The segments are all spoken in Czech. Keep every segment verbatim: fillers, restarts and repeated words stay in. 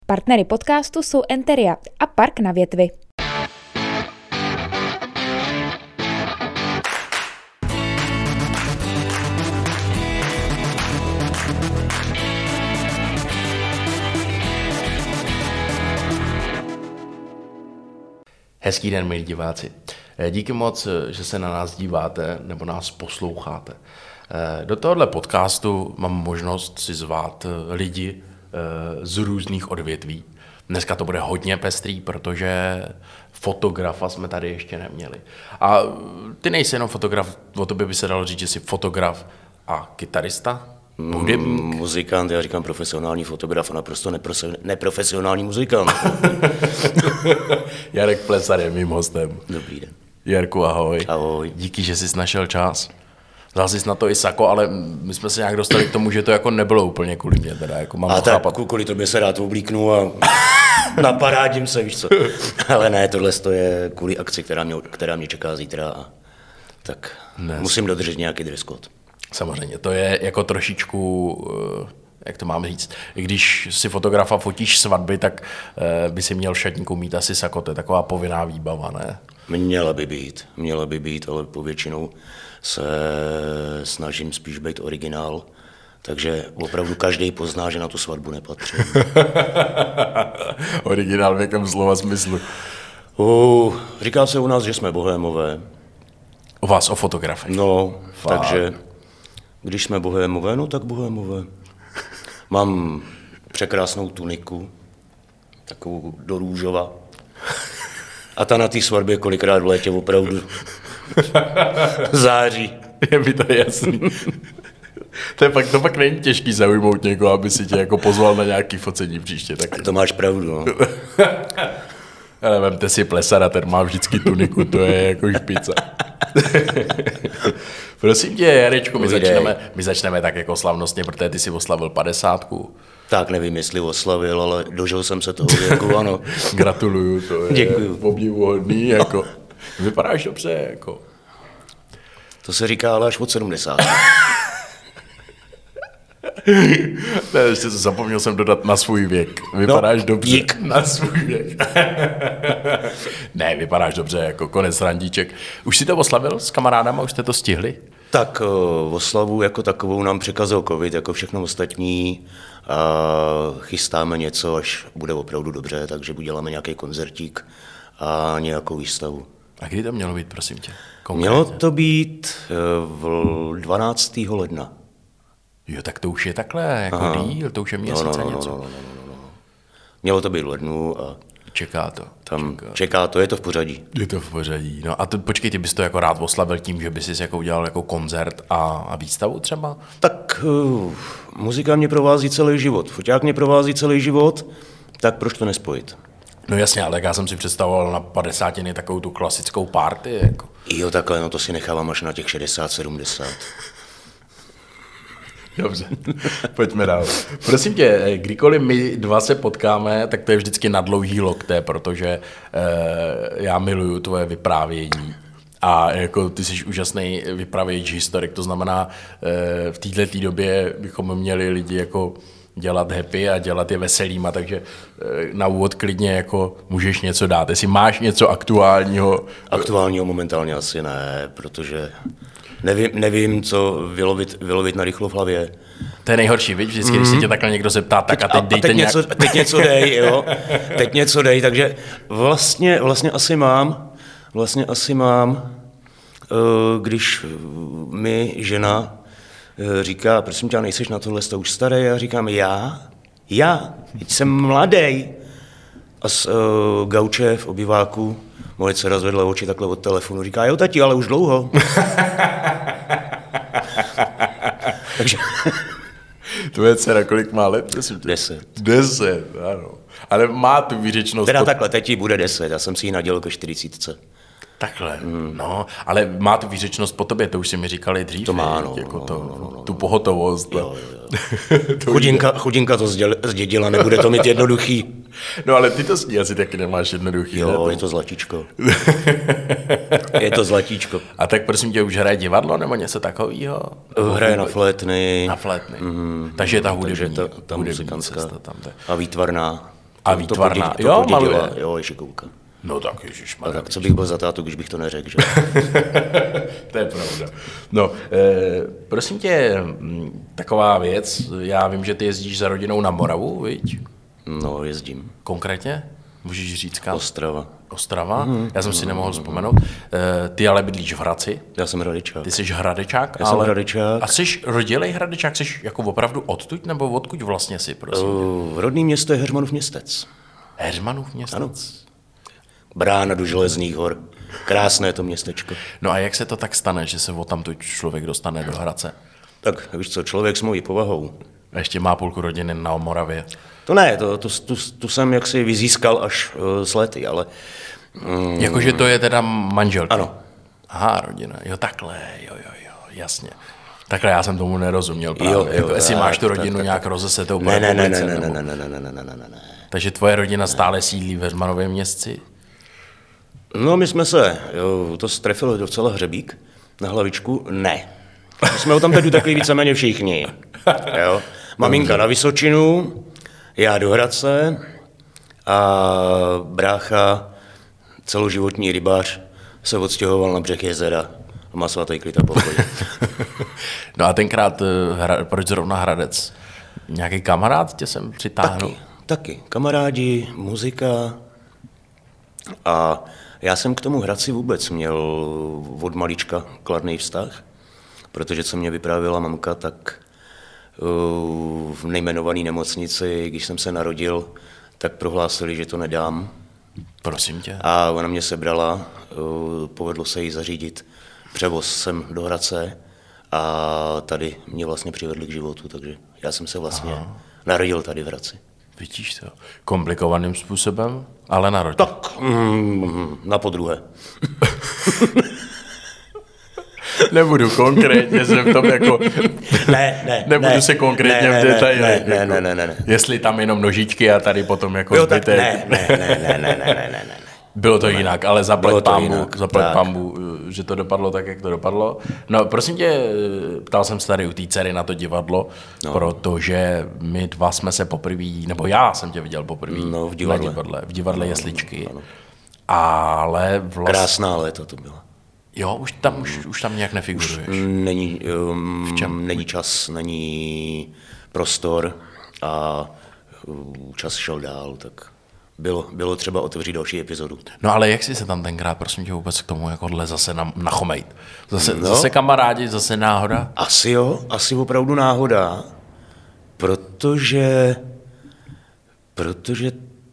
Partnery podcastu jsou Enteria a Park na Větvi. Hezký den, milí diváci. Díky moc, že se na nás díváte nebo nás posloucháte. Do tohohle podcastu mám možnost si zvát lidi z různých odvětví. Dneska to bude hodně pestrý, protože fotografa jsme tady ještě neměli. A ty nejsi jenom fotograf, o tobě by se dalo říct, že jsi fotograf a kytarista? Hudebník. Muzikant, já říkám profesionální fotograf a naprosto neprose- neprofesionální muzikant. Jarek Plesar je mým hostem. Dobrý den. Jarku, ahoj. Ahoj. Díky, že jsi našel čas. Dal jsi na to i sako, ale my jsme se nějak dostali k tomu, že to jako nebylo úplně kvůli mě. Teda, jako mám a tak chápat. Kvůli tobě se rád oblíknu a naparádím se, víš co. Ale ne, tohle je kvůli akci, která mě, která mě čeká zítra. A tak Dnes. musím dodržet nějaký dress code. Samozřejmě, to je jako trošičku, jak to mám říct, když si fotografa fotíš svatby, tak by si měl v šatníku mít asi sako, to je taková povinná výbava, ne? Měla by být, měla by být, ale povětšinou se snažím spíš být originál, takže opravdu každý pozná, že na tu svatbu nepatří. Originál v jakém slova smyslu? Uh, říká se u nás, že jsme bohémové. U vás o fotografii? No, Fakt. takže když jsme bohémové, no tak bohémové. Mám překrásnou tuniku, takovou do růžova. A ta na té svatbě kolikrát v létě opravdu září. Je mi to jasný. To, je pak, to pak není těžký zaujmout někoho, aby si tě jako pozval na nějaký focení příště. Taky. To máš pravdu, no. Ale vemte si Plesara, ten má vždycky tuniku, to je jako špica. Prosím tě, Jarečku, my začneme, my začneme tak jako slavnostně, protože ty si oslavil padesátku. Tak nevím, jestli oslavil, ale dožil jsem se toho věku, ano. Gratuluju, to je Děkuju. Obdivuhodný, jako. Vypadáš dobře, jako. To se říká ale až od sedmdesáti. Ne, ještě zapomněl jsem dodat na svůj věk. Vypadáš no, dobře. Dík. Na svůj věk. Ne, vypadáš dobře, jako konec randíček. Už jsi to oslavil s kamarádama, už jste to stihli? Tak uh, oslavu jako takovou nám překazil covid, jako všechno ostatní. Uh, chystáme něco, až bude opravdu dobře, takže uděláme nějaký koncertík a nějakou výstavu. A kdy to mělo být, prosím tě? Konkrétně? Mělo to být uh, v dvanáctého ledna. Jo, tak to už je takhle, jako Aha. díl, to už je měsíc no, no, a no, něco. No, no, no, no, no. Mělo to být v lednu a čeká to. Tam čeká. čeká to, je to v pořadí. Je to v pořadí, no a to, počkej, ty bys to jako rád oslavil tím, že bys si jako udělal jako koncert a, a výstavu třeba? Tak uh, muzika mě provází celý život, foťák mě provází celý život, tak proč to nespojit? No jasně, ale já jsem si představoval na padesátiny takovou tu klasickou party, jako. Jo, takhle, no to si nechávám až na těch šedesát sedmdesát. Dobře, pojďme dál. Prosím tě, kdykoliv my dva se potkáme, tak to je vždycky na dlouhý lokte, protože eh, já miluju tvoje vyprávění. A jako ty jsi úžasný vypravěč, historik, to znamená, eh, v této době bychom měli lidi jako dělat happy a dělat je veselýma, takže eh, na úvod klidně jako můžeš něco dát. Jestli máš něco aktuálního. Aktuálního momentálně asi ne, protože Nevím, nevím, co vylovit, vylovit na rychlo v hlavě. To je nejhorší, víš, vždycky, mm-hmm. když se tě takhle někdo zeptá, tak a teď dejte a teď nějak... něco, teď něco dej, jo, teď něco dej, takže vlastně, vlastně asi mám, vlastně asi mám, když mi žena říká, prosím tě, nejseš na tohle to už starý, já říkám, já, já, teď jsem mladý. A z uh, gauče v obyváku moje dcera zvedla oči takhle od telefonu, říká, jo tati, ale už dlouho. Takže... Tvoje dcera kolik má let, prosím tě? Deset. Deset, ano. Ale má tu výřečnost... Teda pod... takhle, teď bude deset, já jsem si ji nadělil ke čtyřicítce. Takhle, hmm. no, ale má tu výřečnost po tobě, to už si mi říkali dřív. To má, no, jako no, to, no, no, no, tu pohotovost. Jo, jo, jo. to chudinka, chudinka to zdědila, nebude to mít jednoduchý. No ale ty to s ní asi taky nemáš jednoduchý. Jo, ne? je to zlatíčko. je to zlatíčko. A tak prosím tě, už hraje divadlo nebo něco takového? Hraje na flétny. Na flétny. Mm, takže je ta hudební, takže ta, ta hudební muzikantská cesta tam. A výtvarná. A výtvarná, to jo, podědila, maluje. Jo, je šikovka. No tak ježišmarja. A tak co bych byl za tátu, když bych to neřekl, že? To je pravda. No, eh, prosím tě, m, taková věc, já vím, že ty jezdíš za rodinou na Moravu, viď? No, jezdím. Konkrétně? Můžeš říct kam? Ostrava. Ostrava? Mm, Já jsem si nemohl vzpomenout. Eh, ty ale bydlíš v Hradci. Já jsem hradečák. Ty jsi hradečák, Já ale... jsem hradečák. A jsi rodilej hradečák? Jsi jako opravdu odtud, nebo odkud vlastně si, prosím? Uh, rodný město je Heřmanův Městec. Heřmanův město? Ano. Brána do Železných hor. Krásné to městečko. No a jak se to tak stane, že se odtamtud člověk dostane do Hradce? Tak víš co, člověk s mojí povahou. A ještě má půlku rodiny na Moravě. To ne, to, to, to, to jsem jaksi vyzískal až uh, s lety, ale... Mm, Jakože to je teda manželka? Ano. Aha, rodina, jo takhle, jo, jo, jo, jasně. Takhle já jsem tomu nerozuměl právě, Jo, jo, jako, jestli tak, máš tu tak, rodinu tak, nějak tak. rozesetou po Ne, ne, ne, ne, republice, ne, nebo- ne, ne, ne, ne, ne, ne, ne, ne. Takže tvoje rodina stále sídlí ve Heřmanovém Městci? No, my jsme se, jo, to strefilo docela hřebík na hlavičku, ne. My jsme ho tam teď takový víceméně všichni. Jo. Maminka na Vysočinu, já do Hradce a brácha, celoživotní rybář, se odstěhoval na břeh jezera a má svatý klid a pokoj. No a tenkrát, eh, hra, proč zrovna Hradec? Nějaký kamarád tě sem přitáhnul? Taky, taky. Kamarádi, muzika a já jsem k tomu Hradci vůbec měl od malička kladný vztah, protože co mě vyprávěla mamka, tak uh, v nejmenované nemocnici, když jsem se narodil, tak prohlásili, že to nedám. Prosím tě. A ona mě sebrala, uh, povedlo se jí zařídit převoz sem do Hradce a tady mě vlastně přivedli k životu, takže já jsem se vlastně Aha. narodil tady v Hradci. Vidíš to? Komplikovaným způsobem, ale narodil. Tak, mm, na podruhé. Nebudu konkrétně se v tom jako... Ne, ne, Nebudu ne, se konkrétně ne, v ne, detailech. ne, ne, jako, ne, ne, ne, ne. Jestli tam jenom nožičky a tady potom jako Jo, tak zbytek. ne, ne, ne, ne, ne, ne, ne, ne, ne. Bylo to jinak, ale zaplať Bylo to pambu, jinak, zaplať tak. pambu, že to dopadlo tak, jak to dopadlo. No, prosím tě, ptal jsem se tady u té dcery na to divadlo, no. protože my dva jsme se poprvé, nebo já jsem tě viděl poprvé No, v divadle. na divadle, v divadle no, Jesličky. ano. Ale vlastně... Krásná léta to byla. Jo, už tam, už, už tam nějak nefiguruješ. Není, um, není čas, není prostor a uh, čas šel dál, tak bylo, bylo třeba otevřít další epizodu. No ale jak jsi se tam tenkrát, prosím tě, vůbec k tomu jakohle zase na, nachomejt? Zase, No. zase kamarádi, zase náhoda? Asi jo, asi opravdu náhoda, protože, protože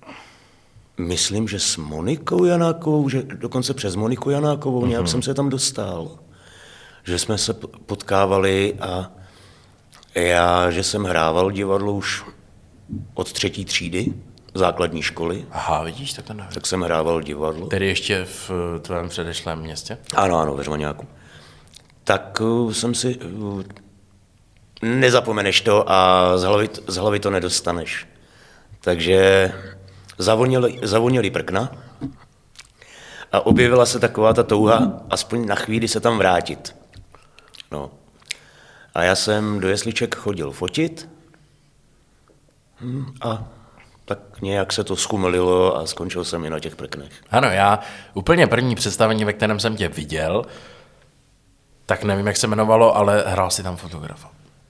myslím, že s Monikou Janákovou, že dokonce přes Moniku Janákovou mm-hmm. nějak jsem se tam dostal, že jsme se potkávali a já, že jsem hrával divadlo už od třetí třídy základní školy, Aha, vidíš, tak to nevím. tak jsem hrával divadlo. Tedy ještě v tvém předešlém městě? Ano, ano, ve Řvaňáku. Tak uh, jsem si... Uh, nezapomeneš to a z hlavy, z hlavy to nedostaneš. Takže zavoněli, zavoněli prkna a objevila se taková ta touha aspoň na chvíli se tam vrátit. No. A já jsem do jesliček chodil fotit hm, a tak nějak se to schumelilo a skončil jsem i na těch prknech. Ano, já úplně první představení, ve kterém jsem tě viděl, tak nevím, jak se jmenovalo, ale hrál si tam fotografa.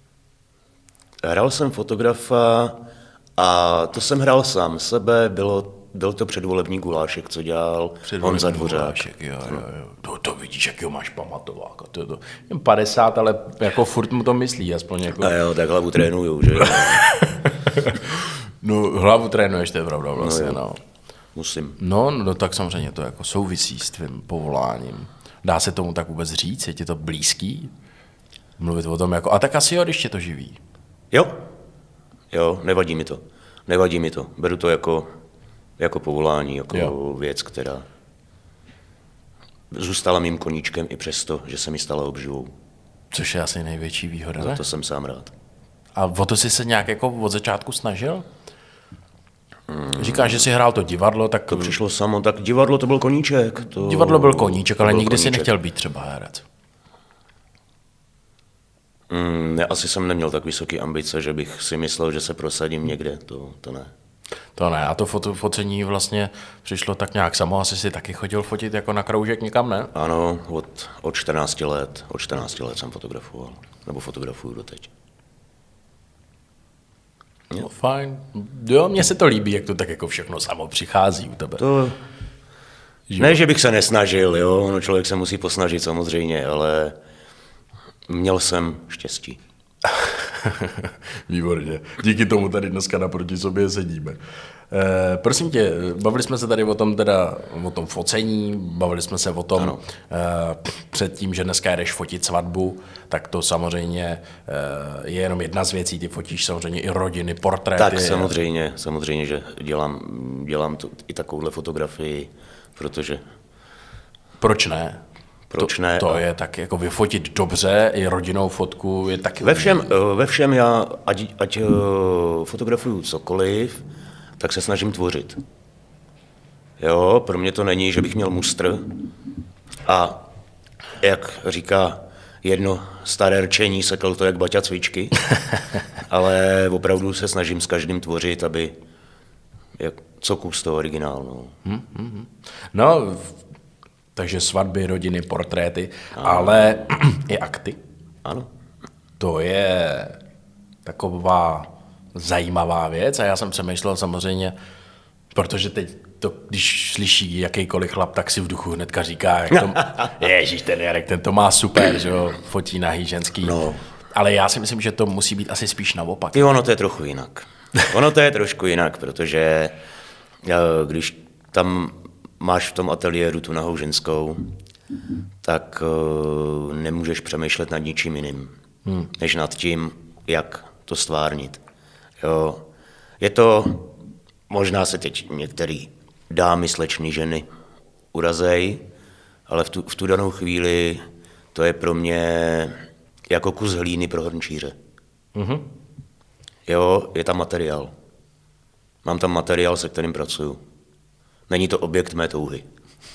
Hrál jsem fotografa a to jsem hrál sám sebe, bylo, byl to předvolební gulášek, co dělal Honza Dvořák. Gulášek, jo, jo, jo. To, to vidíš, jak ho máš pamatováka. To, to, jen padesát, ale jako furt mu to myslí, aspoň jako... A jo, tak hlavu trénujou, že jo? No, hlavu trénuješ, to je pravda vlastně, no. No, no. Musím. No, no, tak samozřejmě to jako souvisí s tvým povoláním. Dá se tomu tak vůbec říct? Je ti to blízký? Mluvit o tom jako... A tak asi jo, když tě to živí. Jo, jo, nevadí mi to. Nevadí mi to. Beru to jako, jako povolání, jako Jo. věc, která zůstala mým koníčkem i přesto, že se mi stala obživou. Což je asi největší výhoda, Za ne? to jsem sám rád. A o to jsi se nějak jako od začátku snažil? Říkáš, že jsi hrál to divadlo, tak To přišlo samo, tak divadlo to byl koníček. To, divadlo byl koníček, to ale byl nikdy si koníček. nechtěl být třeba herec. Mm, ne, asi jsem neměl tak vysoké ambice, že bych si myslel, že se prosadím někde, to, to ne. To ne, a to foto, focení vlastně přišlo tak nějak samo, asi si taky chodil fotit jako na kroužek někam, ne? Ano, od, od čtrnácti let, od čtrnácti let jsem fotografoval, nebo fotografuju doteď. No, fajn. Jo, mně se to líbí, jak to tak jako všechno samo přichází u tebe. To... Ne, že bych se nesnažil, jo, no člověk se musí posnažit samozřejmě, ale měl jsem štěstí. Výborně. Díky tomu tady dneska naproti sobě sedíme. E, prosím tě, bavili jsme se tady o tom teda, o tom focení, bavili jsme se o tom e, před tím, že dneska jdeš fotit svatbu, tak to samozřejmě e, je jenom jedna z věcí, ty fotíš samozřejmě i rodiny, portréty. Tak samozřejmě, samozřejmě, že dělám, dělám to, i takovouhle fotografii, protože... Proč ne? Proč to, ne? To je tak jako vyfotit dobře, i rodinnou fotku je taky... Ve všem, ve všem já, ať, ať fotografuju cokoliv, tak se snažím tvořit. Jo, pro mě to není, že bych měl mustr a jak říká jedno staré rčení, sekl to jak Baťa cvičky, ale opravdu se snažím s každým tvořit, aby jak, co kus toho originálnu. Hmm, hmm, hmm. No, takže svatby, rodiny, portréty, ano. Ale i akty. Ano. To je taková zajímavá věc a já jsem přemýšlel samozřejmě, protože teď to, když slyší jakýkoliv chlap, tak si v duchu hnedka říká, jak to, ježíš, ten Jarek, ten to má super, že jo, fotí nahý ženský. No. Ale já si myslím, že to musí být asi spíš naopak. Jo, ono to je trochu jinak. Ono to je trošku jinak, protože když tam máš v tom ateliéru tu nahou ženskou, tak uh, nemůžeš přemýšlet nad ničím jiným, hmm. než nad tím, jak to stvárnit. Jo. Je to, možná se teď některý dámy, slečny, ženy urazej, ale v tu, v tu danou chvíli to je pro mě jako kus hlíny pro hrnčíře. Mm-hmm. Jo, je tam materiál. Mám tam materiál, se kterým pracuju. Není to objekt mé touhy.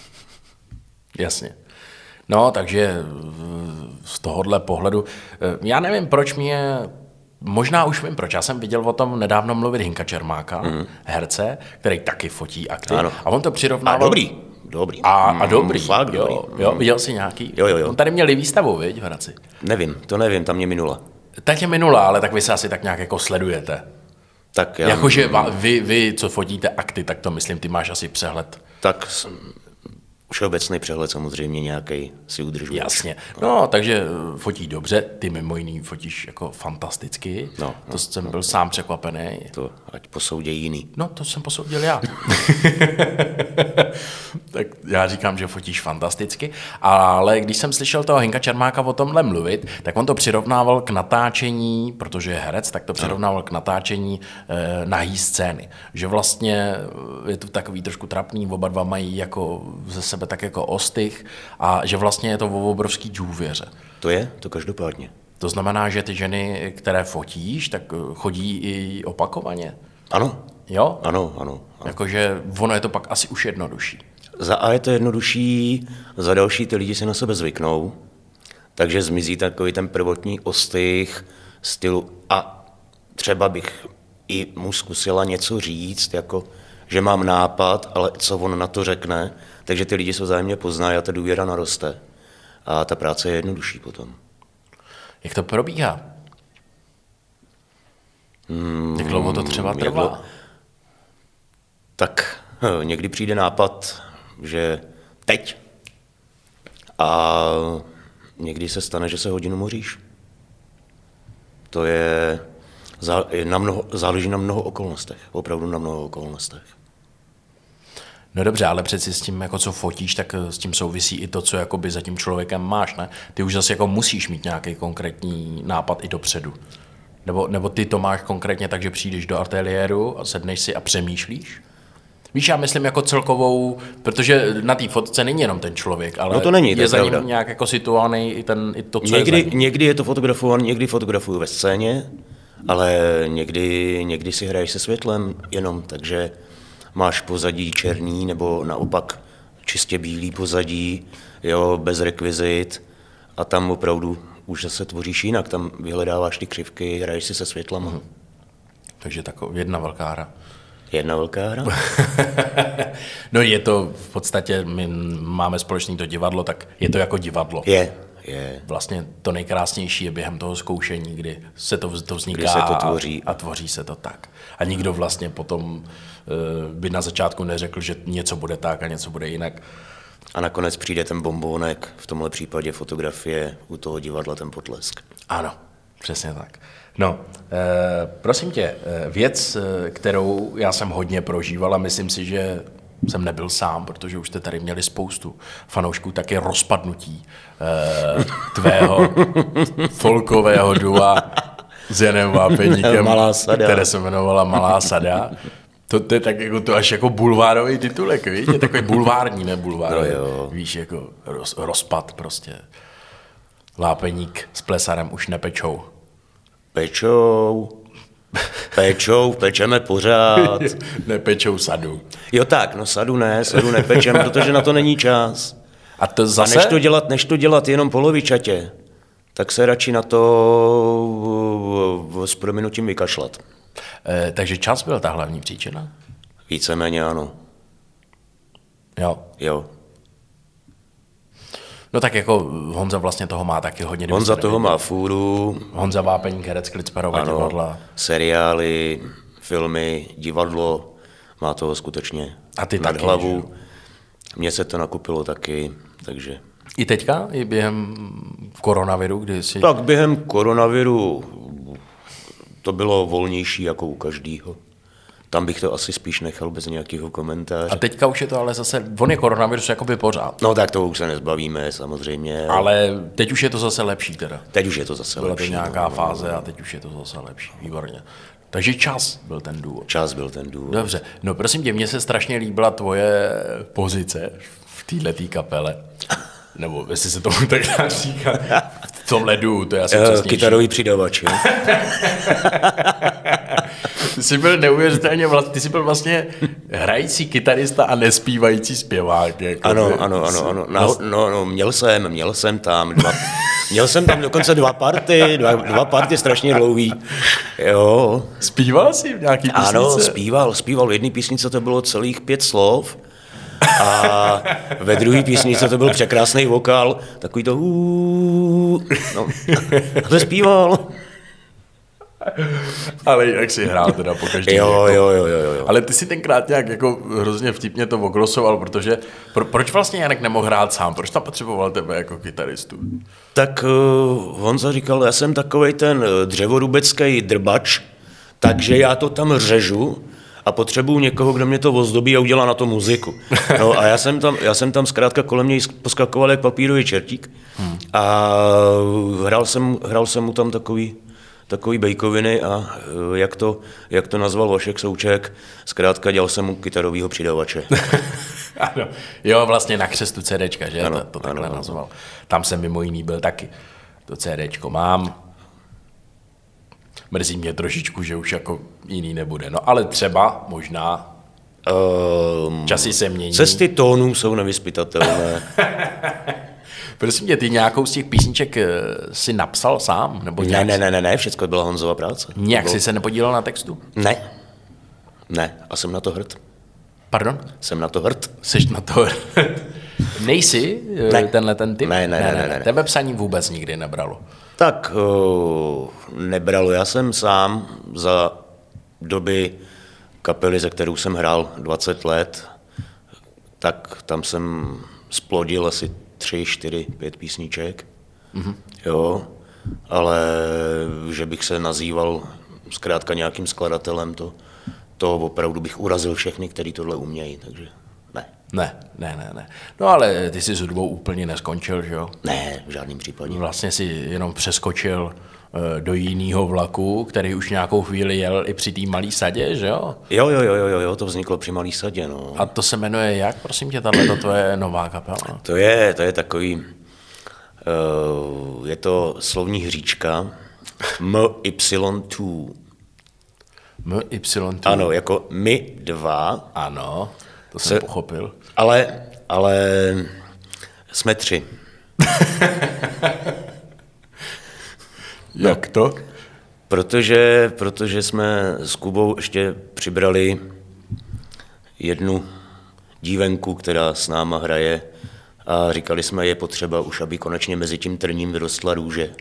Jasně. No, takže z tohohle pohledu, já nevím, proč mě, možná už vím, proč. Já jsem viděl o tom nedávno mluvit Hinka Čermáka, mm. herce, který taky fotí akty. Ano. A on to přirovnával... A dobrý, dobrý. A, a dobrý, mm, fakt jo, dobrý. Jo, viděl jsi nějaký? Jo, jo, jo. On tady měl i výstavu, viď, v Hradci? Nevím, to nevím, tam mě minula. Tak je minula, ale tak vy se asi tak nějak jako sledujete. Tak já... Jakože vy, vy, co fotíte akty, tak to myslím, ty máš asi přehled. Tak všeobecný přehled samozřejmě nějaký si udržuje. Jasně. No, takže fotí dobře, ty mimo jiný fotíš jako fantasticky. No, to no, jsem no, byl no. sám překvapený. To ať posoudějí jiný. No, to jsem posoudil já. Tak já říkám, že fotíš fantasticky, ale když jsem slyšel toho Hinka Čermáka o tomhle mluvit, tak on to přirovnával k natáčení, protože je herec, tak to přirovnával no. k natáčení eh, nahý scény. Že vlastně je to takový trošku trapný, oba dva mají jako ze sebe tak jako ostych a že vlastně je to o obrovský důvěře. To je, to každopádně. To znamená, že ty ženy, které fotíš, tak chodí i opakovaně? Ano. Jo? Ano, ano. ano. Jakože ono je to pak asi už jednodušší. Za A je to jednodušší, za další ty lidi si na sebe zvyknou, takže zmizí takový ten prvotní ostych stylu a třeba bych i mu zkusila něco říct, jako že mám nápad, ale co on na to řekne, takže ty lidi se vzájemně poznají a ta důvěra naroste. A ta práce je jednodušší potom. Jak to probíhá? Hmm, Jak dlouho to třeba trvá? Dlouho? Tak někdy přijde nápad, že teď. A někdy se stane, že se hodinu moříš. To je, je na mnoho, záleží na mnoho okolnostech, opravdu na mnoho okolnostech. No dobře, ale přeci s tím, jako co fotíš, tak s tím souvisí i to, co jakoby za tím člověkem máš, ne? Ty už zase jako musíš mít nějaký konkrétní nápad i dopředu. Nebo, nebo ty to máš konkrétně tak, že přijdeš do ateliéru a sedneš si a přemýšlíš? Víš, já myslím jako celkovou, protože na té fotce není jenom ten člověk, ale no to není, je za ním nějak jako situovaný i, ten, i to, co někdy, je za ním. Někdy je to fotografované, někdy fotografuju ve scéně, ale někdy, někdy si hraješ se světlem jenom, takže máš pozadí černý nebo naopak čistě bílý pozadí, jo, bez rekvizit a tam opravdu už zase tvoříš jinak, tam vyhledáváš ty křivky, hraješ si se světlama. Hmm. Takže taková jedna velká hra. Jedna velká hra. No je to v podstatě, my máme společný to divadlo, tak je to jako divadlo. Je, je. Vlastně to nejkrásnější je během toho zkoušení, kdy se to, to vzniká Kdy se to tvoří. A, a tvoří se to tak. A nikdo vlastně potom uh, by na začátku neřekl, že něco bude tak a něco bude jinak. A nakonec přijde ten bombónek, v tomhle případě fotografie, u toho divadla ten potlesk. Ano, přesně tak. No, eh, prosím tě, eh, věc, eh, kterou já jsem hodně prožíval a myslím si, že jsem nebyl sám, protože už jste tady měli spoustu fanoušků, taky rozpadnutí eh, tvého folkového dua s Janem Vápeníkem, Malá sada. které se jmenovala Malá sada. To, to je tak jako to až jako bulvárový titulek, víš? Je takový bulvární, ne bulvárový. No víš, jako roz, rozpad prostě. Vápeník s Plesarem už nepečou. Pečou, pečou, pečeme pořád. Nepečou sadu. Jo tak, no sadu ne, sadu nepečem, protože na to není čas. A to zase? A než to dělat, než to dělat jenom polovičatě, tak se radši na to s prominutím vykašlat. E, takže čas byl ta hlavní příčina? Víceméně ano. Jo. Jo. No tak jako Honza vlastně toho má taky hodně. Honza toho má fůru. Honza Vápeník, herec Klicperova divadla. Seriály, filmy, divadlo, má toho skutečně A ty nad taky, hlavu. Mně se to nakupilo taky, takže... I teďka? I během koronaviru, kdy si... Tak během koronaviru to bylo volnější jako u každého. Tam bych to asi spíš nechal bez nějakého komentáře. A teďka už je to ale zase, on je koronavirus jakoby pořád. No tak to už se nezbavíme samozřejmě. Ale teď už je to zase lepší teda. Teď už je to zase Byla lepší. to nějaká no, fáze a teď už je to zase lepší. Výborně. Takže čas byl ten důvod. Čas byl ten důvod. Dobře. No prosím tě, mně se strašně líbila tvoje pozice v této kapele. Nebo jestli se tomu tak dá říkat. V tom ledu, to je asi přesnější. Kytarový přidavač, jo? Ty jsi byl neuvěřitelně, vlastně, ty jsi byl vlastně hrající kytarista a nespívající zpěvák. Jako Ano, by, ano, ano, ano. No, Vlast... no, no, měl jsem, měl jsem tam dva, měl jsem tam dokonce dva party, dva, dva party strašně dlouhý. Jo. Zpíval jsi v nějaký písnice? Ano, zpíval, zpíval. V jedné písnice to bylo celých pět slov a ve druhé písnice to byl překrásný vokál, takový to uuu, no, a to zpíval. Ale jak jsi hrál teda po každý. Jo, jako... jo, jo, jo, jo. Ale ty si tenkrát nějak jako hrozně vtipně to okrosoval, protože pro, proč vlastně Janek nemohl hrát sám? Proč tam potřeboval tebe jako kytaristu? Tak uh, Honza říkal, já jsem takovej ten dřevorubecký drbač, takže já to tam řežu a potřebuju někoho, kdo mě to ozdobí a udělá na to muziku. No a já jsem tam, já jsem tam zkrátka kolem něj poskakoval jak papírový čertík hmm. a hrál jsem, hrál jsem mu tam takový takový bejkoviny a jak to, jak to nazval Vašek Souček, zkrátka dělal jsem mu kytarovýho přidavače. Ano, jo, vlastně na křestu CDčka, že? Ano, to, to takhle ano, nazval. Tam jsem mimo jiný byl taky. To CDčko mám. Mrzí mě trošičku, že už jako jiný nebude. No ale třeba, možná, um, časy se mění. Cesty tónů jsou nevyzpytatelné. Prosím tě, ty nějakou z těch písniček si napsal sám? Nebo ne, ne, ne, ne, ne, všechno byla Honzova práce. Nějak bylo... jsi se nepodílel na textu? Ne, ne, a jsem na to hrd. Pardon? Jsem na to hrd. Jsi na to hrd. Nejsi ne. tenhle ten typ? Ne, ne, ne, ne, ne, ne. Tebe psaní vůbec nikdy nebralo? Tak uh, nebralo. Já jsem sám za doby kapely, ze kterou jsem hrál dvacet let, tak tam jsem splodil asi tři, čtyři, pět písniček. Mm-hmm. Jo, ale že bych se nazýval zkrátka nějakým skladatelem, to, to opravdu bych urazil všechny, kteří tohle umějí, takže ne. Ne, ne, ne, ne. No ale ty jsi s hudbou úplně neskončil, že jo? Ne, v žádném případě. Vlastně si jenom přeskočil uh, do jiného vlaku, který už nějakou chvíli jel i při té Malé sadě, že jo? Jo, jo, jo, jo, jo, to vzniklo při Malé sadě, no. A to se jmenuje jak, prosím tě, tato tvoje nová kapela? To je, to je takový, uh, je to slovní hříčka M Y dva. M Y dva. Ano, jako my dva. Ano, to jsem se, pochopil. Ale, ale jsme tři. Jak to? Protože, protože jsme s Kubou ještě přibrali jednu dívenku, která s náma hraje a říkali jsme, je potřeba už, aby konečně mezi tím trním vyrostla růže.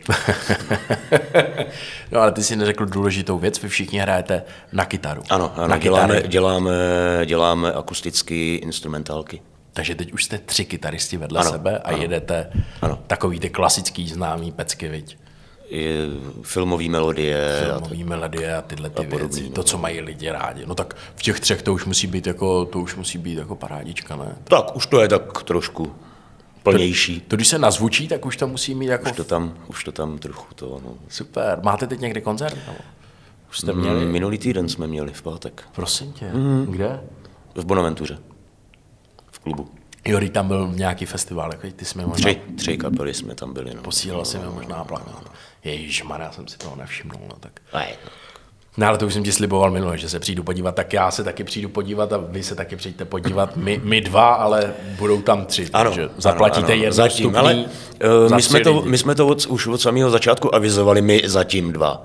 No ale ty si neřekl důležitou věc, vy všichni hrajete na kytaru. Ano, ano na děláme, děláme, děláme akustické instrumentálky. Takže teď už jste tři kytaristi vedle ano, sebe a ano, jedete ano. takový ty klasický známý pecky, viď? Filmový melodie. Filmový melodie a tyhle ty a podobný, věci, to, co mají lidi rádi. No tak v těch třech to už musí být jako, to už musí být jako parádička, ne? Tak, už to je tak trošku plnější. To, to když se nazvučí, tak už to musí mít jako... Už to tam, už to tam trochu to, no. Super. Máte teď někdy koncert? No? Už jste měli? Minulý týden jsme měli v pátek. Prosím tě. Mm. Kde? V Bonaventuře. V klubu. Jo, tam byl nějaký festival, jako ty jsme možná... Tři, tři kapely jsme tam byli. No. Posílal si mi možná plakát. Ježišmarja, já jsem si toho nevšimnul, no tak... Ne. No ale to už jsem ti sliboval minule, že se přijdu podívat, tak já se taky přijdu podívat a vy se taky přijďte podívat. My, my dva, ale budou tam tři, ano, takže zaplatíte ano, jednostupný. Ale uh, my, jsme to, my jsme to od, už od samého začátku avizovali, my zatím dva.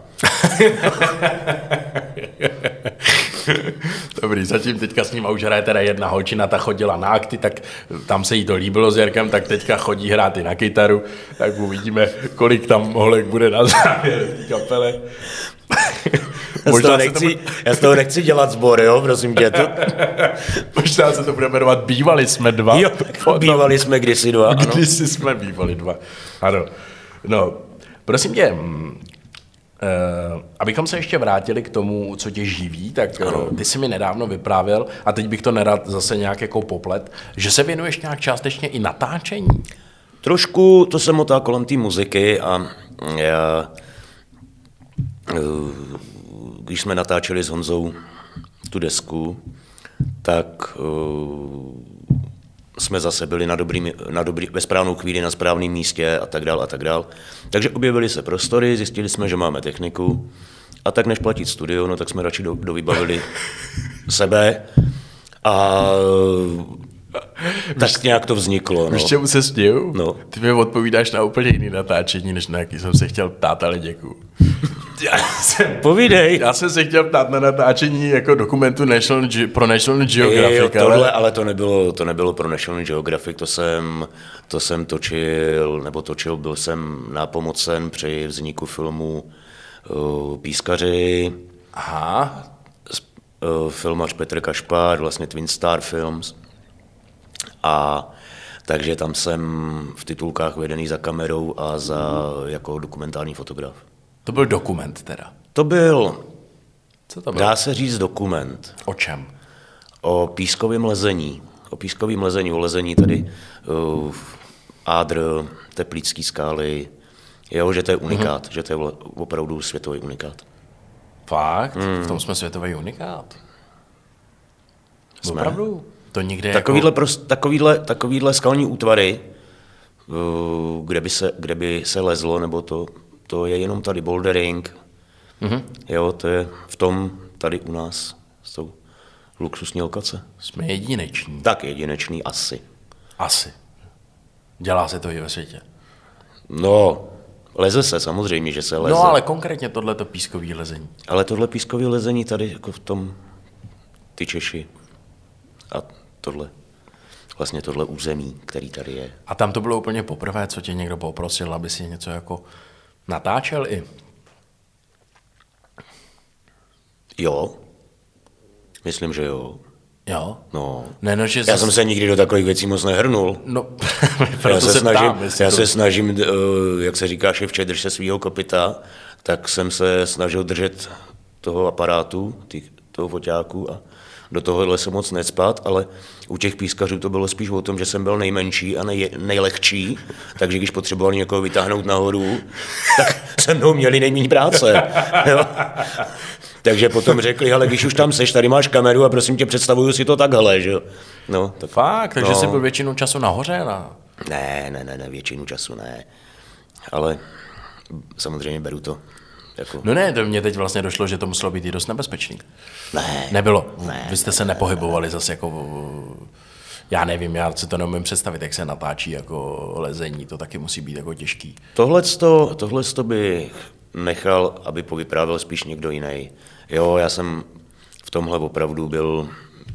Dobrý, zatím teďka s ním už hraje teda jedna holčina, ta chodila na akty, tak tam se jí to líbilo s Jirkem, tak teďka chodí hrát i na kytaru, tak uvidíme, kolik tam holek bude na závěr v té kapele. Já z, toho nechci, to... já z toho nechci dělat sbor, jo, prosím tě. To... Možná se to bude jmenovat Bývali jsme dva. Jo, bývali jsme kdysi dva, ano. Kdysi jsme bývali dva, ano. No, prosím tě, Uh, abychom se ještě vrátili k tomu, co tě živí, tak ano. Ty jsi mi nedávno vyprávěl, a teď bych to nerad zase nějak jako poplet, že se věnuješ nějak částečně i natáčení. Trošku to se motá kolem té muziky a já, když jsme natáčeli s Honzou tu desku, tak uh, jsme zase byli na dobrý, na dobrý, ve správnou chvíli na správném místě a tak dál a tak dál. Takže objevily se prostory, zjistili jsme, že máme techniku a tak než platit studio, no tak jsme radši do, dovybavili sebe a tak nějak to vzniklo. Víš, no. Čemu se stěju? No. Ty mi odpovídáš na úplně jiný natáčení, než na jaký jsem se chtěl ptát, ale děkuju. Já jsem, Povídej. Já jsem se chtěl ptát na natáčení jako dokumentu National Ge- pro National Geographic. Jo, tohle, ale, ale to, nebylo, to nebylo pro National Geographic, to jsem, to jsem točil, nebo točil, byl jsem nápomocen při vzniku filmu uh, Pískaři. Aha. Uh, filmař Petr Kašpar, vlastně Twin Star Films. A takže tam jsem v titulkách vedený za kamerou a za jako dokumentární fotograf. To byl dokument teda? To byl, co to bylo? Dá se říct dokument. O čem? O pískovém lezení. O pískovém lezení, o lezení tady uh, Ádr, Teplický skály. Jo, že to je unikát, mm-hmm. že to je opravdu světový unikát. Fakt? Mm. V tom jsme světový unikát? Jsme. Opravdu? To nikde takovýhle, jako... prost, takovýhle, takovýhle skalní útvary, kde by se, kde by se lezlo, nebo to, to je jenom tady bouldering. Mm-hmm. Jo, to je v tom tady u nás jsou luxusní lokace. Jsme jedineční. Tak jedinečný asi. Asi. Dělá se to i ve světě. No, leze se, samozřejmě, že se leze. No, ale konkrétně tohleto pískový lezení. Ale tohle pískové lezení tady jako v tom ty Češi a tohle, vlastně tohle území, který tady je. A tam to bylo úplně poprvé, co tě někdo poprosil, aby si něco jako natáčel i? Jo, myslím, že jo. Jo? No. Ne, no že já zas... jsem se nikdy do takových věcí moc nehrnul. No, já se, se snažím, ptám, já to... se snažím, jak se říká ševče, drž se svýho kopyta, tak jsem se snažil držet toho aparátu, tý, toho foťáku a do tohohle se moc necpat, ale u těch pískařů to bylo spíš o tom, že jsem byl nejmenší a nej, nejlehčí, takže když potřebovali někoho vytáhnout nahoru, tak se mnou měli nejméně práce. Jo? Takže potom řekli, ale když už tam seš, tady máš kameru a prosím tě, představuju si to takhle, že jo. No, tak, fakt, takže no. jsi byl většinu času nahoře? Na... Ne, ne, ne, ne, většinu času ne. Ale samozřejmě beru to. Jako... No ne, to mě teď vlastně došlo, že to muselo být i dost nebezpečný. Ne. Nebylo. Ne, Vy jste se nepohybovali zase jako... Já nevím, já si to neumím představit, jak se natáčí jako lezení, to taky musí být jako těžký. Tohleto, tohleto bych nechal, aby povyprávěl spíš někdo jiný. Jo, já jsem v tomhle opravdu byl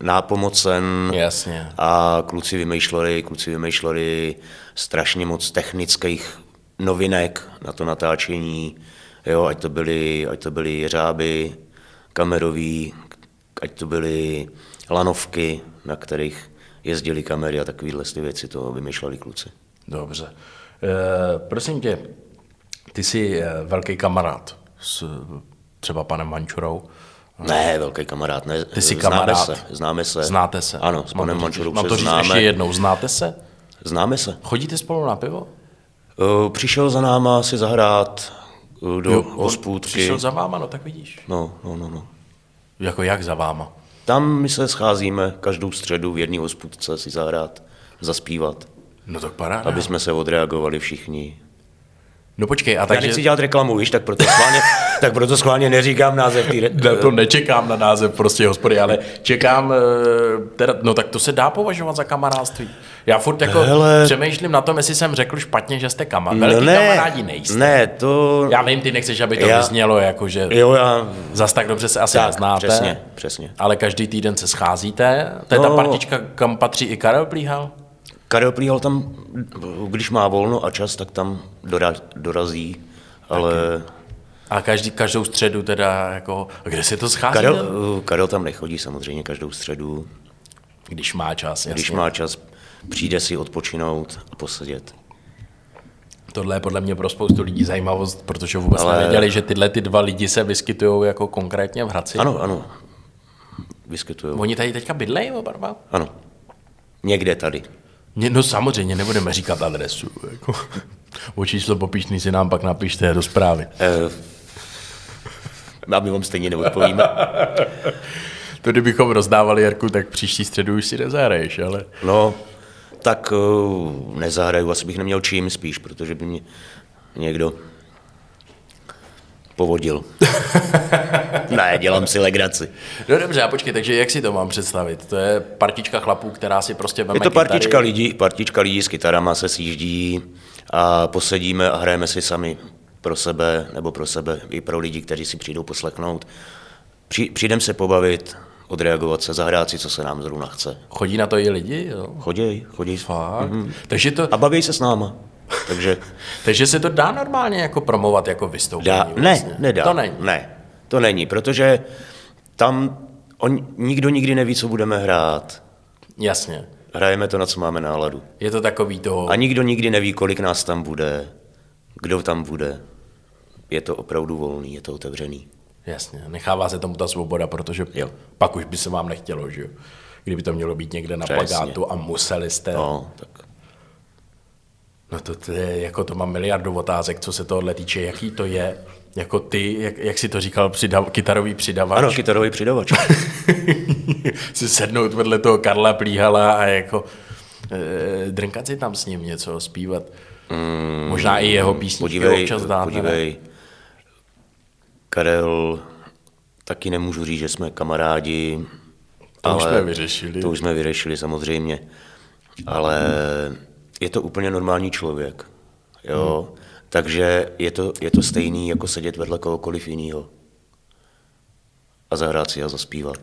nápomocen. Jasně. A kluci vymýšleli, kluci vymýšleli strašně moc technických novinek na to natáčení, jo, ať to byly, ať to byly jeřáby kamerový, ať to byly lanovky, na kterých jezdili kamery a takovýhle ty věci, to vymýšleli kluci. Dobře. E, prosím tě, ty jsi velký kamarád s třeba panem Mančurou? Ne, velký kamarád, ne. Ty jsi známe kamarád. se, známe se. Znáte se? Ano, s panem Mančurou mám se to říct známe. ještě jednou, znáte se? Známe se. Chodíte spolu na pivo? Uh, přišel za náma si zahrát uh, do Jo, hospůdky. Přišel za váma, no tak vidíš. No, no, no, no. Jako jak za váma? Tam my se scházíme každou středu v jedné hospůdce si zahrát, zaspívat, No tak paráda. aby jsme se odreagovali všichni. No počkej, a Já takže... nechci dělat reklamu, víš, tak proto schválně, tak proto schválně neříkám název té... Ne, to nečekám na název prostě hospody, ale čekám, eh, teda, no tak to se dá považovat za kamarádství. Já furt jako Hele. přemýšlím na tom, jestli jsem řekl špatně, že jste kamarádi. No Velký ne, kamarádi nejste. ne, to... Já vím, ty nechceš, aby to Já- vyznělo, jako že Jo, já... zas tak dobře se asi Tak, neznáte. přesně, přesně. Ale každý týden se scházíte. To je ta No. partička, kam patří i Karel Plíhal? Karel Plíhal tam, když má volno a čas, tak tam dora, dorazí, ale... A každý, každou středu teda, jako, kde se to schází? Karel, Karel tam nechodí samozřejmě každou středu. Když má čas, jasně. Když má čas, přijde si odpočinout a posedět. Tohle je podle mě pro spoustu lidí zajímavost, protože vůbec Ale... Ale- nevěděli, že tyhle ty dva lidi se vyskytují jako konkrétně v Hradci. Ano, ano, vyskytují. Oni tady teďka bydlejí oba dva? Ano, někde tady. Mě- No samozřejmě, nebudeme říkat adresu. Jako. O číslo popíšný si nám pak napište do zprávy. Eh, a my vám stejně neodpovíme. To kdybychom rozdávali Jarku, tak příští středu už si nezahraješ, ale... No, tak uh, nezahraju, asi bych neměl čím spíš, protože by mě někdo povodil. Ne, dělám si legraci. No dobře, a počkej, takže jak si to mám představit? To je partička chlapů, která si prostě veme Je to kytary. partička lidí, partička lidí s kytarama se sjíždí a posedíme a hrajeme si sami pro sebe, nebo pro sebe i pro lidi, kteří si přijdou poslechnout. Při, přijdem se pobavit, odreagovat se, zahrát si, co se nám zrovna chce. Chodí na to i lidi, jo? Choděj, choděj. Fakt? Mm-hmm. Takže, to, A baví se s náma. Takže takže se to dá normálně jako promovat jako vystoupení? dá, vlastně. ne, nedá. To není. Ne, to není, protože tam on, nikdo nikdy neví, co budeme hrát. Jasně. Hrajeme to, na co máme náladu. Je to takový to... A nikdo nikdy neví, kolik nás tam bude, kdo tam bude. Je to opravdu volný, je to otevřený. Jasně, nechává se tomu ta svoboda, protože Jo. pak už by se vám nechtělo, že jo? Kdyby to mělo být někde na Přesně. plakátu a museli jste... No, tak No to, to je, jako to mám miliardu otázek, co se tohle týče, jaký to je, jako ty, jak, jak jsi to říkal, přidav, kytarový přidavač. ano, kytarový přidavač. Si sednout vedle toho Karla Plíhala a jako e, drnkat si tam s ním něco, zpívat. Mm, Možná i jeho písničky Podívej, občas dáte. podívej, Karel, taky nemůžu říct, že jsme kamarádi. To ale už jsme vyřešili. To už jsme vyřešili samozřejmě, ale je to úplně normální člověk, jo, hmm. takže je to, je to stejný, jako sedět vedle kohokoliv jinýho a zahrát si a zaspívat.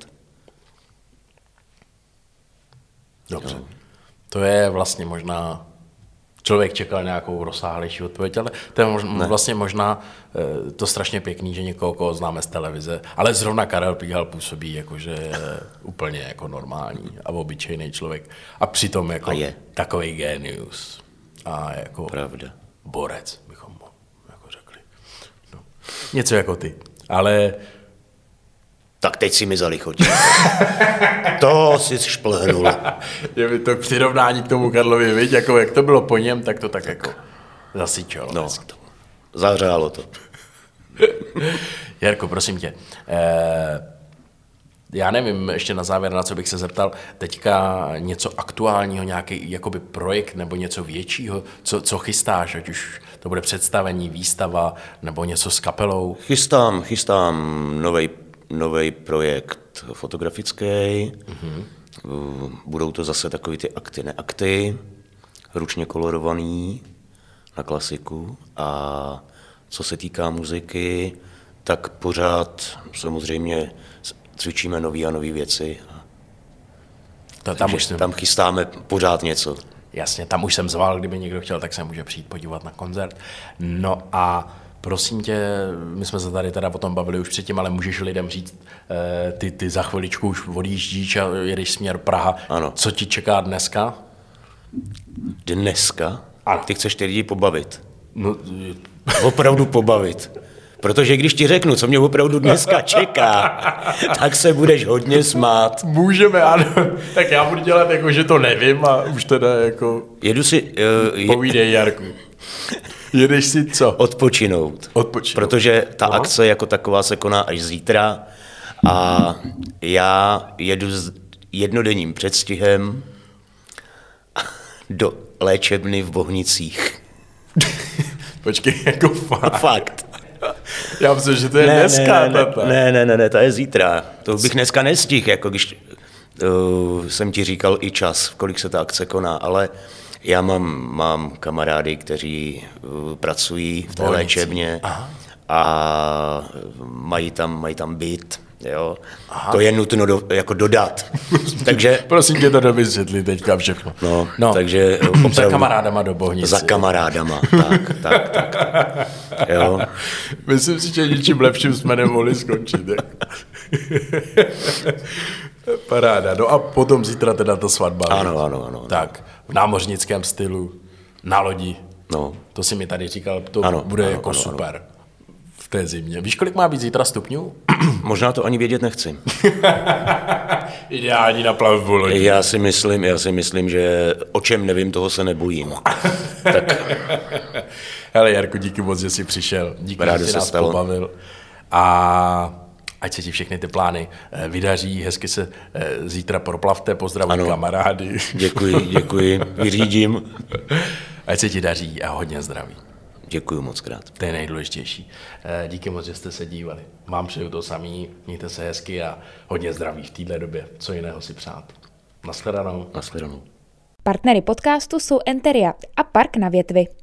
Dobře. To je vlastně možná, člověk čekal nějakou rozsáhlejší odpověď, ale to je možná, vlastně možná eh, to strašně pěkný, že někoho, koho známe z televize, ale zrovna Karel Plíhal působí jako, že je úplně jako normální a obyčejný člověk a přitom jako A je. takový génius a jako Pravda. borec, bychom mu jako řekli. No. Něco jako ty, ale Tak teď si mi zalichotí. To si šplhnul. je mi to přirovnání k tomu Karlovi, viď, jako jak to bylo po něm, tak to tak jako zasyčalo. No, zahřálo to. Jarko, prosím tě, eh, já nevím ještě na závěr, na co bych se zeptal, teďka něco aktuálního, nějaký jakoby projekt nebo něco většího, co, co chystáš, ať už to bude představení, výstava nebo něco s kapelou? Chystám, chystám novej, novej projekt fotografický. Mm-hmm. Budou to zase takový ty akty, neakty, ručně kolorovaný na klasiku. A co se týká muziky, tak pořád samozřejmě cvičíme nový a nový věci. To, tam, už jsem... tam chystáme pořád něco. Jasně, tam už jsem zval, kdyby někdo chtěl, tak se může přijít podívat na koncert. No a prosím tě, my jsme se tady teda o tom bavili už předtím, ale můžeš lidem říct, eh, ty, ty za chviličku už odjíždíš a jedeš směr Praha. Ano. Co ti čeká dneska? Dneska? Ano. Ty chceš ty lidi pobavit. No, Opravdu pobavit. Protože když ti řeknu, co mě opravdu dneska čeká, tak se budeš hodně smát. můžeme, ano. Tak já budu dělat jako, že to nevím a už teda jako... Jedu si... Uh, je... Povídej, Jarku. Jedeš si co? Odpočinout. Odpočinout. Protože ta Aha. akce jako taková se koná až zítra a já jedu s jednodenním předstihem do léčebny v Bohnicích. Počkej, jako fakt. Fakt. Já myslím, že to je Ne, dneska. ne, ne, tata. ne, ne, ne, ne, to je zítra. To bych dneska nestihl, jako když uh, jsem ti říkal i čas, v kolik se ta akce koná, ale já mám, mám kamarády, kteří uh, pracují v té Bolnicí. léčebně. Aha. A mají tam, mají tam byt, jo. To je nutno do, jako dodat. Takže, Prosím tě to dovysvětlit teďka všechno. no, No. takže Za opravdu, kamarádama do Bohnice. za kamarádama, tak, tak, tak, tak. Jo. Myslím si, že ničím lepším jsme nemohli skončit. Paráda. No a potom zítra teda ta svatba. Ano, ano, ano. Tak, v námořnickém stylu, na lodi. No. To si mi tady říkal, to Ano, bude ano, jako ano, super. V té zimě. Víš, kolik má být zítra stupňů? Možná to ani vědět nechci. Ideální na plavbu lodi. Já si myslím, já si myslím, že o čem nevím, toho se nebojím. Tak Hele, Jarku, díky moc, že jsi přišel. Díky, Rád že jsi se nás stalo. pobavil. A ať se ti všechny ty plány eh, vydaří, hezky se eh, zítra proplavte, pozdravuj Ano. kamarády. děkuji, děkuji, vyřídím. Ať se ti daří a hodně zdraví. Děkuji moc krát. To je nejdůležitější. Eh, Díky moc, že jste se dívali. Vám přeju to samý, mějte se hezky a hodně zdraví v této době. Co jiného si přát. Nashledanou. Nashledanou. Partnery podcastu jsou Enteria a Park na větvi.